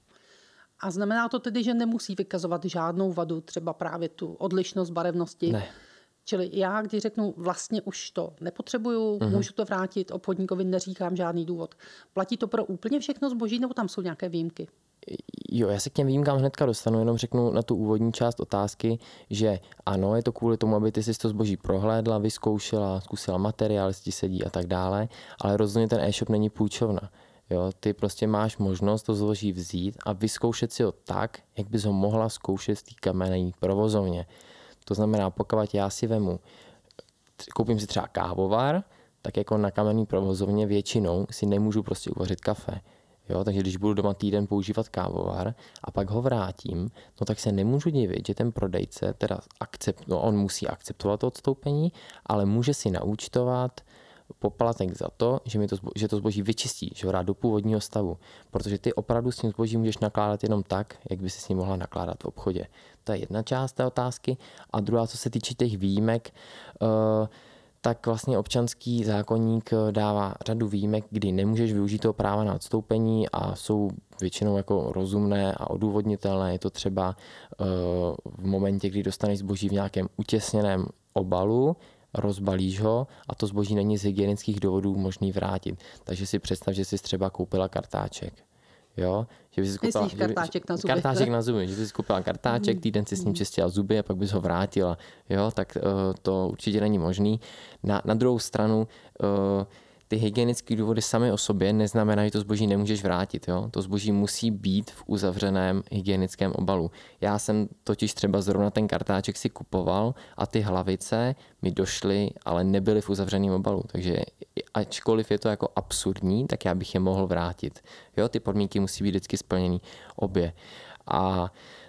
A znamená to tedy, že nemusí vykazovat žádnou vadu, třeba právě tu odlišnost barevnosti? Ne. Čili já, když řeknu, vlastně už to nepotřebuju, mm-hmm. můžu to vrátit, obchodníkovi neříkám žádný důvod. Platí to pro úplně všechno zboží, nebo tam jsou nějaké výjimky? Jo, já se k těm výjimkám hnedka dostanu, jenom řeknu na tu úvodní část otázky, že ano, je to kvůli tomu, aby ty si to zboží prohlédla, vyzkoušela, zkusila materiál, jestli ti sedí a tak dále, ale rozhodně ten e-shop není půjčovna. Jo, ty prostě máš možnost to zboží vzít a vyzkoušet si ho tak, jak bys ho mohla zkoušet v té kamenné provozovně. To znamená, pokud já si vemu, koupím si třeba kávovar, tak jako na kamenné provozovně většinou si nemůžu prostě uvařit kafe. Jo, takže když budu doma týden používat kávovar a pak ho vrátím, no tak se nemůžu divit, že ten prodejce teda akcept, no on musí akceptovat to odstoupení, ale může si naúčtovat poplatek za to, že, mi to, zbo- že to zboží vyčistí, že ho dá do původního stavu. Protože ty opravdu s tím zbožím můžeš nakládat jenom tak, jak by si s ním mohla nakládat v obchodě. To je jedna část té otázky. A druhá, co se týče těch výjimek, uh, tak vlastně občanský zákoník dává řadu výjimek, kdy nemůžeš využít toho práva na odstoupení a jsou většinou jako rozumné a odůvodnitelné. Je to třeba uh, v momentě, kdy dostaneš zboží v nějakém utěsněném obalu, rozbalíš ho a to zboží není z hygienických důvodů možný vrátit. Takže si představ, že jsi třeba koupila kartáček. Jo? Že bys koupila, Myslíš kartáček na zuby? Kartáček na zuby, že bys koupila kartáček, týden si s ním čistila zuby a pak bys ho vrátila. Jo? Tak uh, to určitě není možný. Na, na druhou stranu uh, ty hygienické důvody samy o sobě neznamenají, že to zboží nemůžeš vrátit. Jo? To zboží musí být v uzavřeném hygienickém obalu. Já jsem totiž třeba zrovna ten kartáček si kupoval a ty hlavice mi došly, ale nebyly v uzavřeném obalu. Takže ačkoliv je to jako absurdní, tak já bych je mohl vrátit. Jo? Ty podmínky musí být vždycky splněný obě. A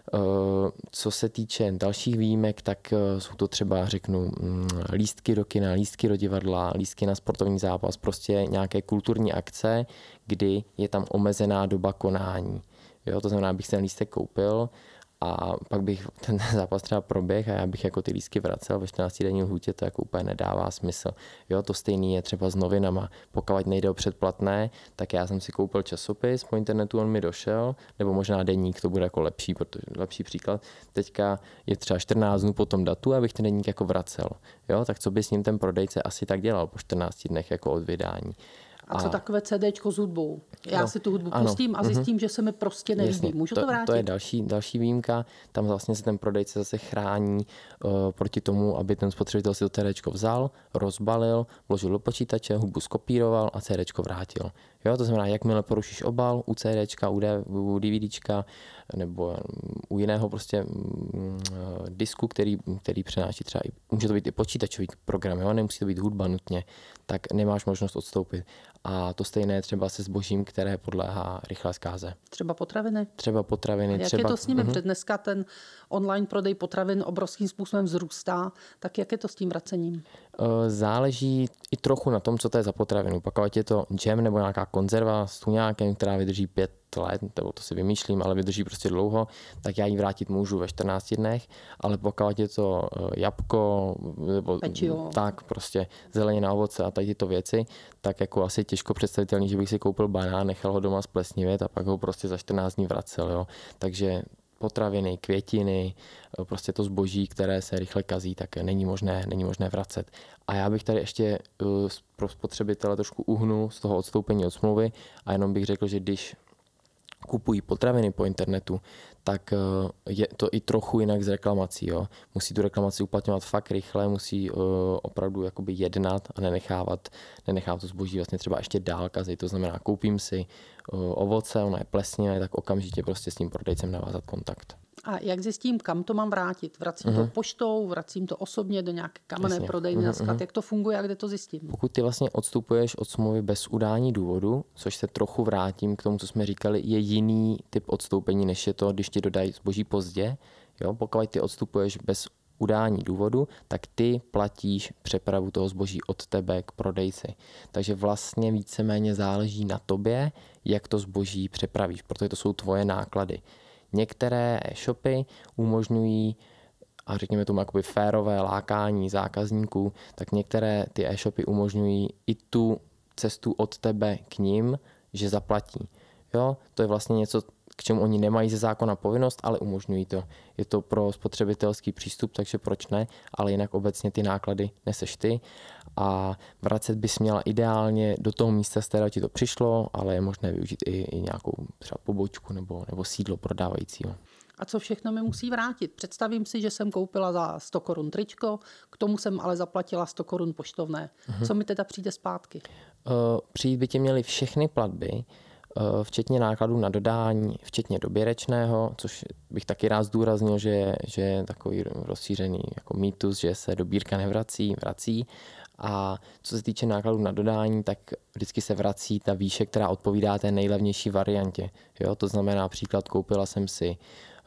co se týče dalších výjimek, tak jsou to třeba, řeknu, lístky do kina, lístky do divadla, lístky na sportovní zápas, prostě nějaké kulturní akce, kdy je tam omezená doba konání. Jo, to znamená, abych ten lístek koupil a pak bych ten zápas třeba proběh a já bych jako ty lístky vracel ve čtrnáctidenní lhůtě, to jako úplně nedává smysl. Jo, to stejný je třeba s novinama. Pokud nejde o předplatné, tak já jsem si koupil časopis, po internetu on mi došel, nebo možná deník, to bude jako lepší, protože lepší příklad. Teďka je třeba čtrnáct dnů po tom datu, abych ten deník jako vracel. Jo, tak co by s ním ten prodejce asi tak dělal po čtrnácti dnech jako od vydání. A co takové CDčko s hudbou? Já no, si tu hudbu ano, pustím a zjistím, uh-huh. že se mi prostě nelíbí. Jasně, Můžu to, to vrátit? To je další, další výjimka. Tam vlastně se ten prodejce zase chrání uh, proti tomu, aby ten spotřebitel si to CDčko vzal, rozbalil, vložil do počítače, hudbu skopíroval a CDčko vrátil. Jo, to znamená, jakmile porušíš obal u CDčka, u, D, u DVDčka nebo u jiného prostě mm, disku, který, který přenáší třeba, i, může to být i počítačový program, jo? Nemusí to být hudba nutně, tak nemáš možnost odstoupit. A to stejné třeba se zbožím, které podléhá rychlé zkáze. Třeba potraviny? Třeba potraviny. Jak třeba... je to s nimi? Uh-huh. Protože dneska ten online prodej potravin obrovským způsobem vzrůstá, tak jak je to s tím vracením? Záleží i trochu na tom, co to je za potravinu. Pokud je to džem nebo nějaká konzerva s tuňákem, která vydrží pět let, nebo to si vymýšlím, ale vydrží prostě dlouho, tak já ji vrátit můžu ve čtrnácti dnech, ale pokud je to jabko, nebo Pečivo. tak prostě zelenina, ovoce a tady tyto věci, tak jako asi těžko představitelný, že bych si koupil banán, nechal ho doma splesnivět a pak ho prostě za čtrnáct dní vracel. Jo. Takže potraviny, květiny, prostě to zboží, které se rychle kazí, tak není možné, není možné vracet. A já bych tady ještě pro spotřebitele trošku uhnul z toho odstoupení od smlouvy a jenom bych řekl, že když kupují potraviny po internetu, tak je to i trochu jinak z reklamací. Jo. Musí tu reklamaci uplatňovat fakt rychle, musí uh, opravdu jakoby jednat a nenechávat, nenechávat to zboží vlastně třeba ještě dál kazit. To znamená, koupím si uh, ovoce, ono je plesnivé, tak okamžitě prostě s tím prodejcem navázat kontakt. A jak zjistím, kam to mám vrátit? Vracím uh-huh. to poštou, vracím to osobně do nějaké kamenné prodejny, uh-huh. jak to funguje a kde to zjistím? Pokud ty vlastně odstupuješ od smlouvy bez udání důvodu, což se trochu vrátím k tomu, co jsme říkali, je jiný typ odstoupení, než je to, když ti dodají zboží pozdě. Jo, pokud ty odstupuješ bez udání důvodu, tak ty platíš přepravu toho zboží od tebe k prodejci. Takže vlastně víceméně záleží na tobě, jak to zboží přepravíš, protože to jsou tvoje náklady. Některé e-shopy umožňují, a řekněme tomu jakoby férové lákání zákazníků, tak některé ty e-shopy umožňují i tu cestu od tebe k nim, že zaplatí. Jo? To je vlastně něco, k čemu oni nemají ze zákona povinnost, ale umožňují to. Je to pro spotřebitelský přístup, takže proč ne, ale jinak obecně ty náklady neseš ty a vracet bys měla ideálně do toho místa, z kterého ti to přišlo, ale je možné využít i, i nějakou třeba pobočku nebo, nebo sídlo prodávajícího. A co všechno mi musí vrátit? Představím si, že jsem koupila za sto korun tričko, k tomu jsem ale zaplatila sto korun poštovné. Mhm. Co mi teda přijde zpátky? Uh, přijít by ti měly všechny platby, včetně nákladů na dodání, včetně doběrečného, což bych taky rád zdůraznil, že, že je takový rozšířený jako mýtus, že se dobírka nevrací, vrací. A co se týče nákladů na dodání, tak vždycky se vrací ta výše, která odpovídá té nejlevnější variantě. Jo? To znamená, například koupila jsem si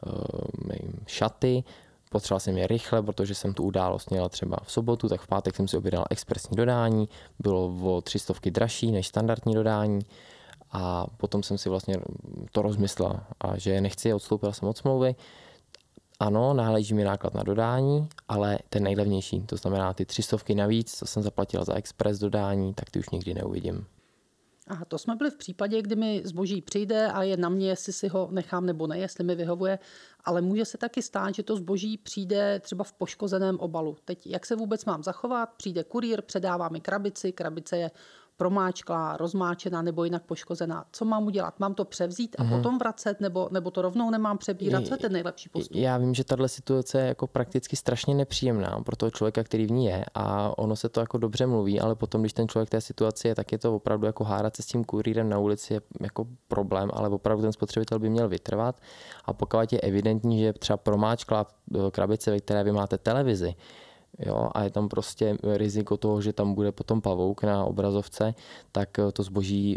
uh, šaty, potřeboval jsem je rychle, protože jsem tu událost měla třeba v sobotu, tak v pátek jsem si objednal expresní dodání, bylo o tři stovky dražší než standardní dodání. A potom jsem si vlastně to rozmyslela, a že nechci, odstoupila jsem od smlouvy. Ano, náleží mi náklad na dodání, ale ten nejlevnější, to znamená ty tři stovky navíc, co jsem zaplatila za express dodání, tak ty už nikdy neuvidím. Aha, to jsme byli v případě, kdy mi zboží přijde a je na mě, jestli si ho nechám nebo ne, jestli mi vyhovuje, ale může se taky stát, že to zboží přijde třeba v poškozeném obalu. Teď jak se vůbec mám zachovat? Přijde kurýr, předává mi krabici, krabice je promáčklá, rozmáčená nebo jinak poškozená. Co mám udělat? Mám to převzít a mm-hmm. potom vracet, nebo, nebo to rovnou nemám přebírat? Co je ten nejlepší postup? Já vím, že tahle situace je jako prakticky strašně nepříjemná pro toho člověka, který v ní je, a ono se to jako dobře mluví, ale potom, když ten člověk v té situaci je, tak je to opravdu jako hádat se s tím kurýrem na ulici je jako problém, ale opravdu ten spotřebitel by měl vytrvat, a pokud je evidentní, že třeba promáčklá krabice, ve které vy máte televizi, jo, a je tam prostě riziko toho, že tam bude potom pavouk na obrazovce, tak to zboží,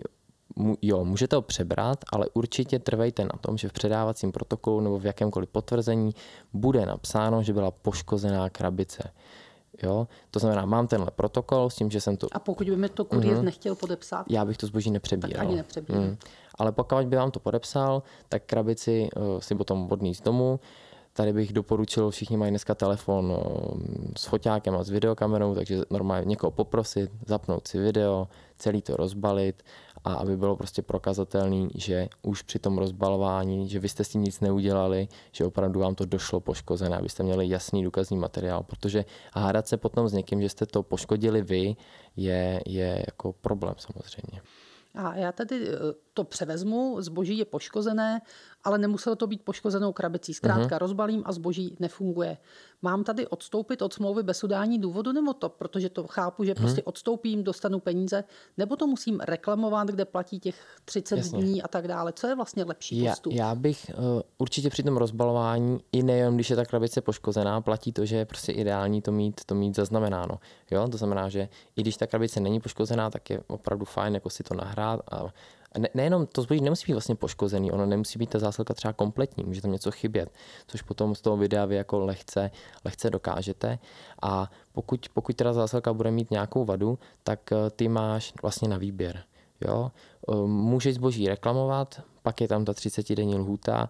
jo, můžete ho přebrat, ale určitě trvejte na tom, že v předávacím protokolu nebo v jakémkoliv potvrzení bude napsáno, že byla poškozená krabice. Jo? To znamená, mám tenhle protokol s tím, že jsem to... A pokud by mi to kurýr mm-hmm. nechtěl podepsat? Já bych to zboží nepřebíral. Tak ani nepřebíral. Mm. Ale pokud by vám to podepsal, tak krabici uh, si potom odníst domů. Tady bych doporučil, všichni mají dneska telefon uh, s foťákem a s videokamerou, takže normálně někoho poprosit, zapnout si video, celý to rozbalit, a aby bylo prostě prokazatelný, že už při tom rozbalování, že vy jste s tím nic neudělali, že opravdu vám to došlo poškozené, abyste měli jasný důkazní materiál, protože hádat se potom s někým, že jste to poškodili vy, je, je jako problém samozřejmě. A já tady to převezmu, zboží je poškozené, ale nemuselo to být poškozenou krabicí. Zkrátka uh-huh. rozbalím a zboží nefunguje. Mám tady odstoupit od smlouvy bez udání důvodu, nebo to, protože to chápu, že uh-huh. prostě odstoupím, dostanu peníze, nebo to musím reklamovat, kde platí těch třicet Jasně. dní a tak dále. Co je vlastně lepší postup? Já, já bych uh, určitě při tom rozbalování, i nejen když je ta krabice poškozená, platí to, že je prostě ideální to mít, to mít zaznamenáno. Jo? To znamená, že i když ta krabice není poškozená, tak je opravdu fajn jako si to nahrát. A ne, nejenom to zboží nemusí být vlastně poškozený, ono nemusí být ta zásilka třeba kompletní, může tam něco chybět, což potom z toho videa vy jako lehce, lehce dokážete. A pokud, pokud teda zásilka bude mít nějakou vadu, tak ty máš vlastně na výběr. Jo? Můžeš zboží reklamovat, pak je tam ta třicetidenní lhůta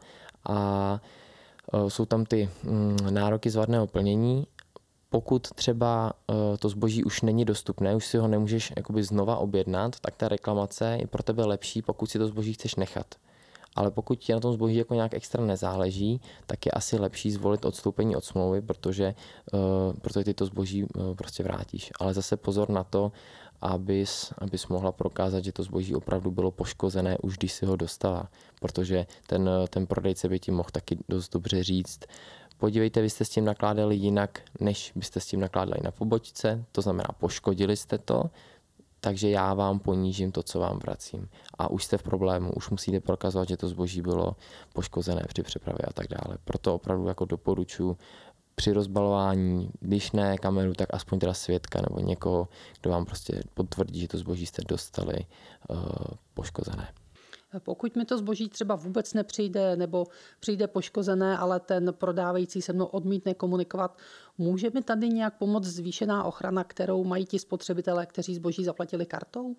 a jsou tam ty nároky z vadného plnění. Pokud třeba to zboží už není dostupné, už si ho nemůžeš jakoby znova objednat, tak ta reklamace je pro tebe lepší, pokud si to zboží chceš nechat. Ale pokud ti na tom zboží jako nějak extra nezáleží, tak je asi lepší zvolit odstoupení od smlouvy, protože, uh, protože ty to zboží uh, prostě vrátíš. Ale zase pozor na to, abys, abys mohla prokázat, že to zboží opravdu bylo poškozené už když si ho dostala, protože ten, ten prodejce by ti mohl taky dost dobře říct, podívejte, vy jste s tím nakládali jinak, než byste s tím nakládali na pobočce, to znamená poškodili jste to, takže já vám ponížím to, co vám vracím. A už jste v problému, už musíte prokazovat, že to zboží bylo poškozené při přepravě a tak dále. Proto opravdu jako doporučuji při rozbalování, když ne kameru, tak aspoň teda svědka nebo někoho, kdo vám prostě potvrdí, že to zboží jste dostali uh, poškozené. Pokud mi to zboží třeba vůbec nepřijde nebo přijde poškozené, ale ten prodávající se mnou odmítne komunikovat, může mi tady nějak pomoct zvýšená ochrana, kterou mají ti spotřebitelé, kteří zboží zaplatili kartou?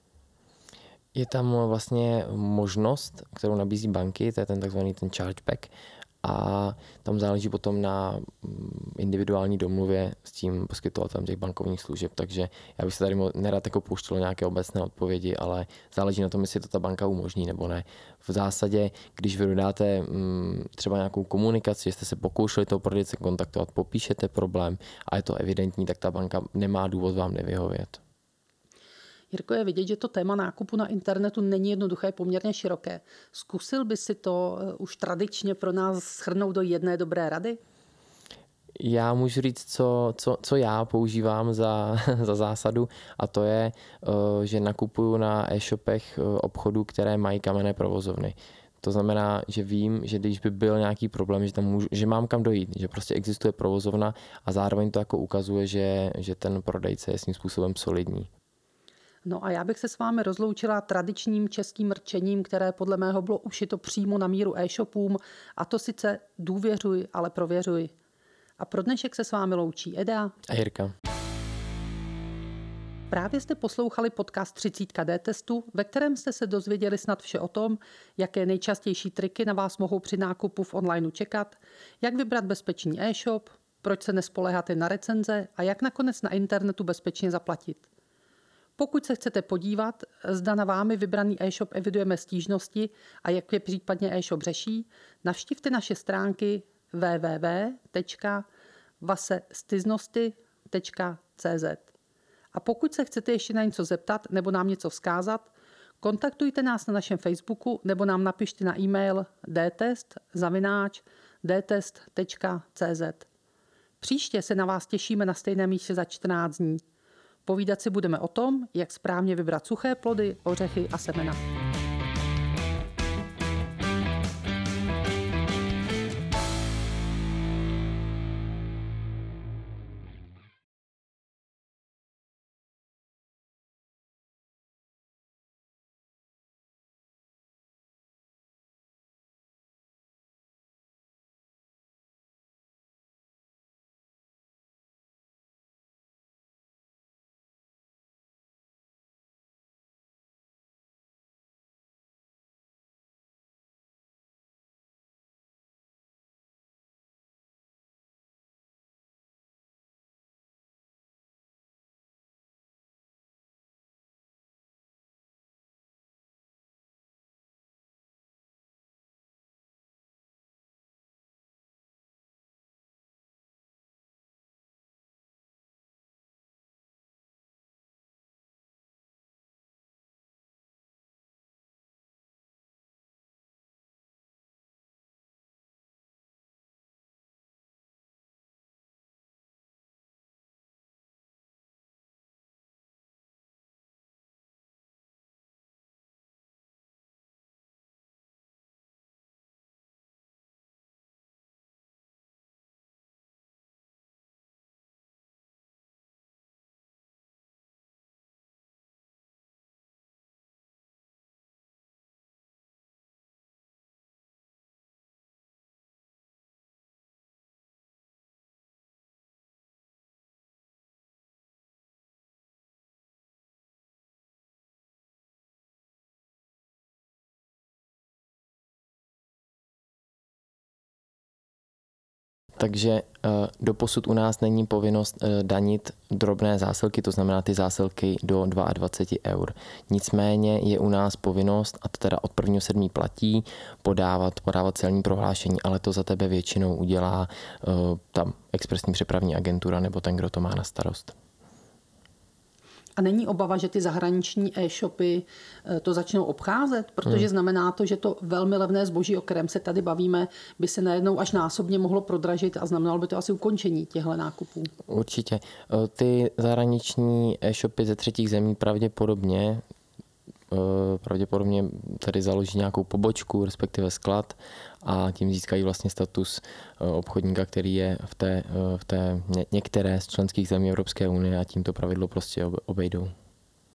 Je tam vlastně možnost, kterou nabízí banky, to je ten takzvaný ten chargeback, a tam záleží potom na individuální domluvě s tím poskytovatelem těch bankovních služeb, takže já bych se tady nerad jako pouštěl nějaké obecné odpovědi, ale záleží na tom, jestli to ta banka umožní nebo ne. V zásadě, když vy dodáte třeba nějakou komunikaci, jste se pokoušeli toho prodejce kontaktovat, popíšete problém a je to evidentní, tak ta banka nemá důvod vám nevyhovět. Jirko, je vidět, že to téma nákupu na internetu není jednoduché, poměrně široké. Zkusil by si to už tradičně pro nás shrnout do jedné dobré rady? Já můžu říct, co, co, co já používám za, za zásadu, a to je, že nakupuju na e-shopech obchodů, které mají kamenné provozovny. To znamená, že vím, že když by byl nějaký problém, že, tam můžu, že mám kam dojít, že prostě existuje provozovna a zároveň to jako ukazuje, že, že ten prodejce je svým způsobem solidní. No a já bych se s vámi rozloučila tradičním českým rčením, které podle mého bylo ušito přímo na míru e-shopům, a to sice důvěřuj, ale prověřuj. A pro dnešek se s vámi loučí Eda a Jirka. Právě jste poslouchali podcast třicet D-testu, ve kterém jste se dozvěděli snad vše o tom, jaké nejčastější triky na vás mohou při nákupu v onlineu čekat, jak vybrat bezpečný e-shop, proč se nespoléhat jen na recenze a jak nakonec na internetu bezpečně zaplatit. Pokud se chcete podívat, zda na vámi vybraný e-shop evidujeme stížnosti a jak je případně e-shop řeší, navštivte naše stránky w w w tečka vasestiznosti tečka c z. A pokud se chcete ještě na něco zeptat nebo nám něco vzkázat, kontaktujte nás na našem Facebooku nebo nám napište na e-mail dtest zavináč dtest tečka c z. Příště se na vás těšíme na stejném místě za čtrnáct dní. Povídat si budeme o tom, jak správně vybrat suché plody, ořechy a semena. Takže doposud u nás není povinnost danit drobné zásilky, to znamená ty zásilky do dvacet dva eur. Nicméně je u nás povinnost, a to teda od prvního sedmého platí, podávat, podávat celní prohlášení, ale to za tebe většinou udělá tam expresní přepravní agentura nebo ten, kdo to má na starost. A není obava, že ty zahraniční e-shopy to začnou obcházet? Protože hmm. znamená to, že to velmi levné zboží, o kterém se tady bavíme, by se najednou až násobně mohlo prodražit a znamenalo by to asi ukončení těchto nákupů. Určitě. Ty zahraniční e-shopy ze třetích zemí pravděpodobně pravděpodobně tady založí nějakou pobočku, respektive sklad a tím získají vlastně status obchodníka, který je v té, v té některé z členských zemí Evropské unie a tím to pravidlo prostě obejdou.